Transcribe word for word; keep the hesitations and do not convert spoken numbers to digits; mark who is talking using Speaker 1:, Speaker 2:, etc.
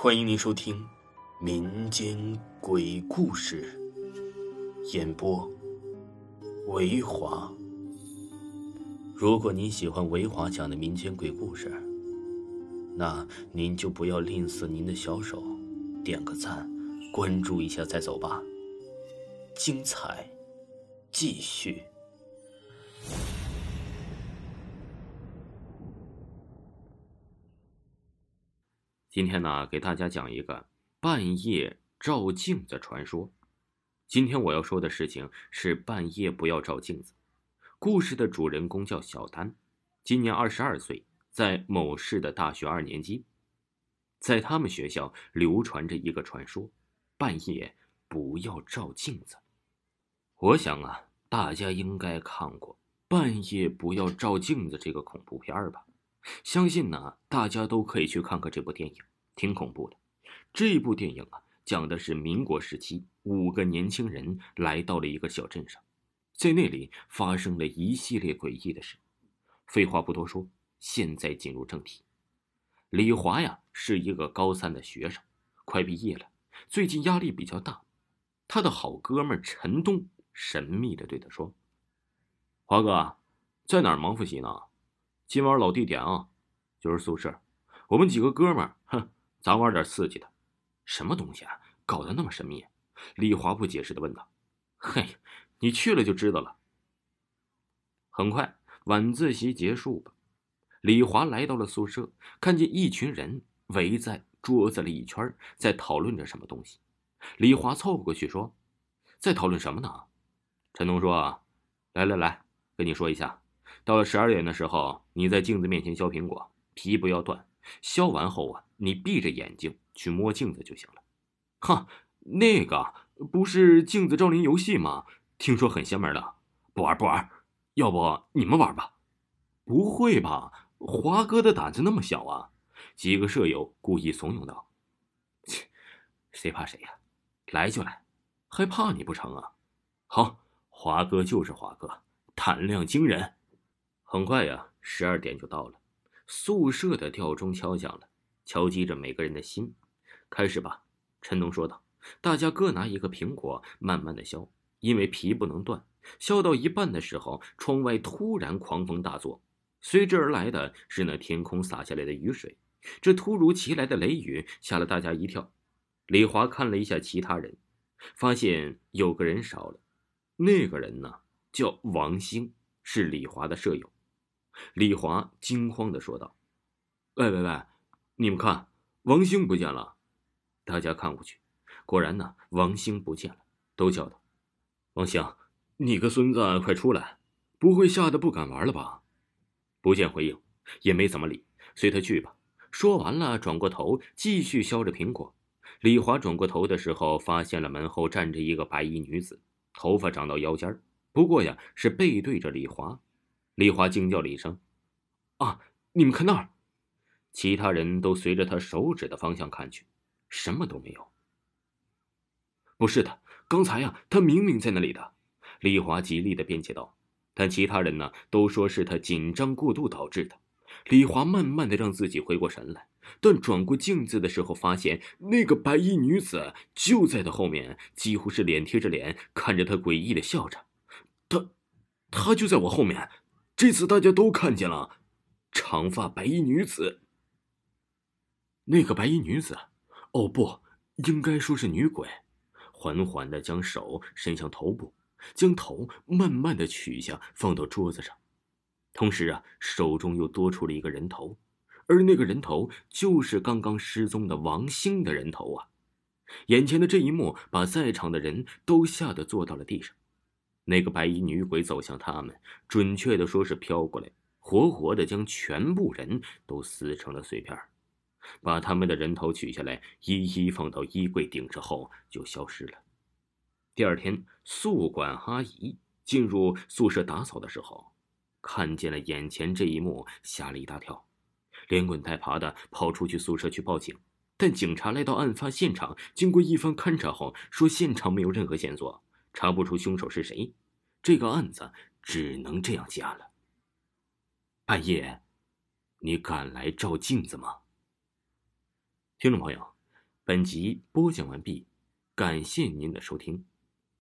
Speaker 1: 欢迎您收听民间鬼故事，演播维华。如果您喜欢维华讲的民间鬼故事，那您就不要吝啬您的小手，点个赞，关注一下再走吧。精彩继续。
Speaker 2: 今天呢，给大家讲一个半夜照镜子传说。今天我要说的事情是半夜不要照镜子。故事的主人公叫小丹，今年二十二岁，在某市的大学二年级。在他们学校流传着一个传说，半夜不要照镜子。我想啊，大家应该看过半夜不要照镜子这个恐怖片吧。相信呢，大家都可以去看看这部电影，挺恐怖的。这部电影啊，讲的是民国时期五个年轻人来到了一个小镇上，在那里发生了一系列诡异的事。废话不多说，现在进入正题。李华呀，是一个高三的学生，快毕业了，最近压力比较大。他的好哥们陈东神秘地对他说：“华哥，在哪儿忙复习呢？今晚老地点啊，就是宿舍。我们几个哥们儿，哼，咱玩点刺激的。”什么东西啊，搞得那么神秘？李华不解释地问道。嘿，你去了就知道了。很快晚自习结束吧，李华来到了宿舍，看见一群人围在桌子里一圈，在讨论着什么东西。李华凑过去说：“在讨论什么呢？”陈东说：“来来来，跟你说一下，到了十二点的时候，你在镜子面前削苹果，皮不要断。削完后啊，你闭着眼睛去摸镜子就行了。”哈，那个不是镜子照灵游戏吗？听说很邪门的。不玩不玩，要不你们玩吧？不会吧，华哥的胆子那么小啊？几个舍友故意怂恿道。切，谁怕谁呀？来就来，还怕你不成啊？好，华哥就是华哥，胆量惊人。很快呀，十二点就到了，宿舍的吊钟敲响了，敲击着每个人的心。开始吧，陈东说道。大家各拿一个苹果，慢慢的削，因为皮不能断。削到一半的时候，窗外突然狂风大作，随之而来的是那天空洒下来的雨水。这突如其来的雷雨吓了大家一跳。李华看了一下其他人，发现有个人少了。那个人呢，叫王兴，是李华的舍友。李华惊慌地说道：“喂喂喂，你们看，王兴不见了！”大家看过去，果然呢，王兴不见了，都叫道：“王兴，你个孙子，快出来！不会吓得不敢玩了吧？”不见回应，也没怎么理，随他去吧。说完了，转过头继续削着苹果。李华转过头的时候，发现了门后站着一个白衣女子，头发长到腰间，不过呀，是背对着李华。李华惊叫了一声：“啊，你们看那儿！”其他人都随着他手指的方向看去，什么都没有。不是的，刚才呀，他明明在那里的。李华极力的辩解道，但其他人呢，都说是他紧张过度导致的。李华慢慢的让自己回过神来，但转过镜子的时候，发现那个白衣女子就在他后面，几乎是脸贴着脸看着他，诡异的笑着。他，他就在我后面，这次大家都看见了，长发白衣女子。那个白衣女子，哦不，应该说是女鬼，缓缓地将手伸向头部，将头慢慢地取下，放到桌子上。同时啊，手中又多出了一个人头，而那个人头就是刚刚失踪的王兴的人头啊！眼前的这一幕把在场的人都吓得坐到了地上。那个白衣女鬼走向他们，准确的说是飘过来，活活的将全部人都撕成了碎片，把他们的人头取下来，一一放到衣柜顶着后就消失了。第二天，宿管阿姨进入宿舍打扫的时候，看见了眼前这一幕，吓了一大跳，连滚带爬的跑出去宿舍去报警。但警察来到案发现场，经过一番勘查后，说现场没有任何线索，查不出凶手是谁，这个案子只能这样结案了。半夜，你敢来照镜子吗？听众朋友， 本集播讲完毕，感谢您的收听。